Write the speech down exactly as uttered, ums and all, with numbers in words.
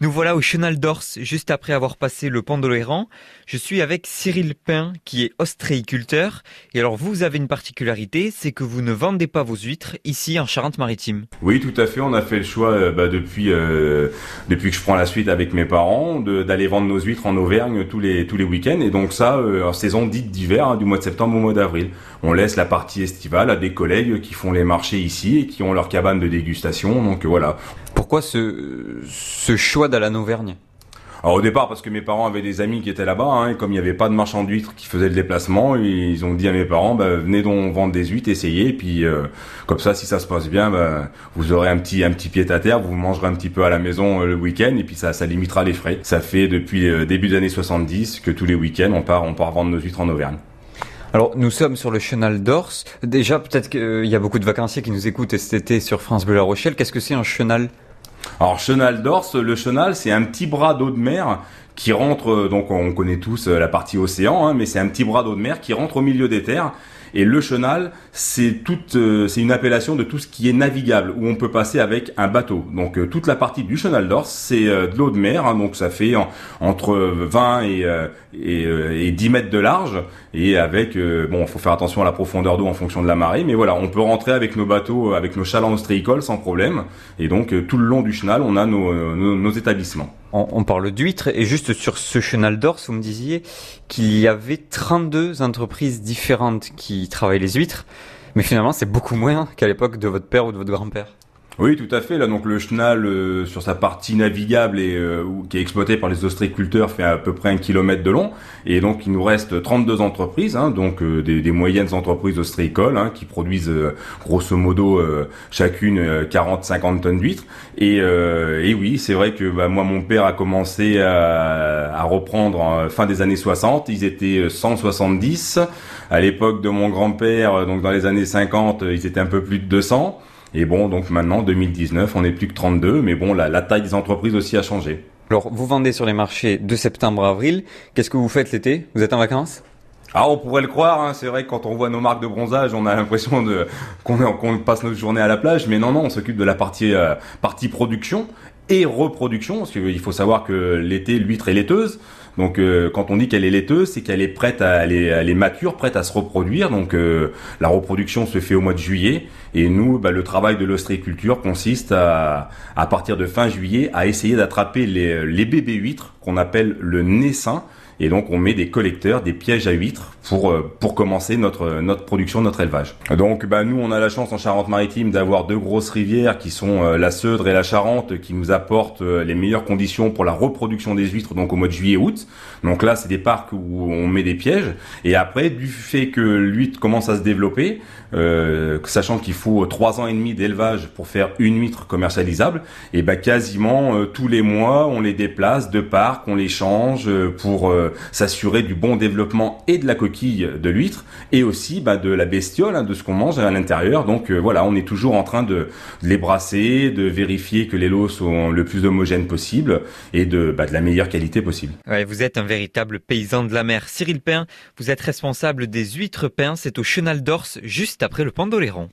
Nous voilà au Chenal d'Ors, juste après avoir passé le pont d'Oléran. Je suis avec Cyril Pin, qui est ostréiculteur. Et alors, vous avez une particularité, c'est que vous ne vendez pas vos huîtres ici en Charente-Maritime. Oui, tout à fait. On a fait le choix euh, bah, depuis euh, depuis que je prends la suite avec mes parents de, d'aller vendre nos huîtres en Auvergne tous les tous les week-ends. Et donc ça, euh, en saison dite d'hiver, hein, du mois de septembre au mois d'avril. On laisse la partie estivale à des collègues qui font les marchés ici et qui ont leur cabane de dégustation. Donc euh, voilà. Pourquoi ce, ce choix d'aller en Auvergne ? Alors au départ parce que mes parents avaient des amis qui étaient là-bas, hein, et comme il n'y avait pas de marchand d'huîtres qui faisait le déplacement, ils ont dit à mes parents, bah, venez donc vendre des huîtres, essayez, et puis euh, comme ça, si ça se passe bien, bah, vous aurez un petit un petit pied à terre, vous mangerez un petit peu à la maison euh, le week-end, et puis ça ça limitera les frais. Ça fait depuis euh, début des années soixante-dix que tous les week-ends on part on part vendre nos huîtres en Auvergne. Alors, nous sommes sur le Chenal d'Ors. Déjà, peut-être qu'il y a beaucoup de vacanciers qui nous écoutent cet été sur France Bleu La Rochelle. Qu'est-ce que c'est un chenal ? Alors Chenal d'Ors, le chenal, c'est un petit bras d'eau de mer qui rentre, donc on connaît tous la partie océan, hein, mais c'est un petit bras d'eau de mer qui rentre au milieu des terres. Et le chenal, c'est toute, euh, c'est une appellation de tout ce qui est navigable, où on peut passer avec un bateau. Donc euh, toute la partie du Chenal d'Ors, c'est euh, de l'eau de mer, hein, donc ça fait en, entre vingt et, euh, et, euh, et dix mètres de large, et avec, euh, bon, faut faire attention à la profondeur d'eau en fonction de la marée, mais voilà, on peut rentrer avec nos bateaux, avec nos chalands ostréicoles sans problème. Et donc euh, tout le long du chenal, on a nos, nos, nos établissements. On, on parle d'huîtres, et juste sur ce Chenal d'Ors, vous me disiez qu'il y avait trente-deux entreprises différentes qui travaillent les huîtres, mais finalement c'est beaucoup moins qu'à l'époque de votre père ou de votre grand-père. Oui, tout à fait. Là, donc le chenal euh, sur sa partie navigable et euh, qui est exploité par les ostréiculteurs fait à peu près un kilomètre de long. Et donc il nous reste trente-deux entreprises, hein, donc euh, des, des moyennes entreprises ostréicoles, hein, qui produisent euh, grosso modo euh, chacune euh, quarante à cinquante tonnes d'huîtres. Et, euh, et oui, c'est vrai que bah, moi mon père a commencé à, à reprendre en fin des années soixante. Ils étaient cent soixante-dix. À l'époque de mon grand-père, donc dans les années cinquante, ils étaient un peu plus de deux cents. Et bon, donc maintenant, deux mille dix-neuf, on n'est plus que trente-deux, mais bon, la, la taille des entreprises aussi a changé. Alors, vous vendez sur les marchés de septembre à avril. Qu'est-ce que vous faites l'été ? Vous êtes en vacances ? Ah, on pourrait le croire, hein, c'est vrai que quand on voit nos marques de bronzage, on a l'impression de qu'on, qu'on passe notre journée à la plage, mais non, non, on s'occupe de la partie, euh, partie production et reproduction, parce qu'il faut savoir que l'été, l'huître est laiteuse. Donc euh, quand on dit qu'elle est laiteuse, c'est qu'elle est prête à, elle est, elle est mature, prête à se reproduire. Donc euh, la reproduction se fait au mois de juillet. Et nous, bah, le travail de l'ostréiculture consiste à, à partir de fin juillet, à essayer d'attraper les, les bébés huîtres qu'on appelle le naissin. Et donc on met des collecteurs, des pièges à huîtres pour pour commencer notre notre production, notre élevage. Donc bah nous on a la chance en Charente-Maritime d'avoir deux grosses rivières qui sont euh, la Seudre et la Charente, qui nous apportent euh, les meilleures conditions pour la reproduction des huîtres, donc au mois de juillet-août. Donc là c'est des parcs où on met des pièges. Et après, du fait que l'huître commence à se développer, euh, sachant qu'il faut trois ans et demi d'élevage pour faire une huître commercialisable, et bah quasiment euh, tous les mois on les déplace de parcs, on les change euh, pour euh, s'assurer du bon développement et de la coquille de l'huître et aussi bah, de la bestiole, hein, de ce qu'on mange à l'intérieur. Donc euh, voilà, on est toujours en train de, de les brasser, de vérifier que les lots sont le plus homogènes possible et de, bah, de la meilleure qualité possible. Ouais, vous êtes un véritable paysan de la mer. Cyril Pin, vous êtes responsable des huîtres Pin, c'est au Chenal d'Ors, juste après le pont d'Oléran.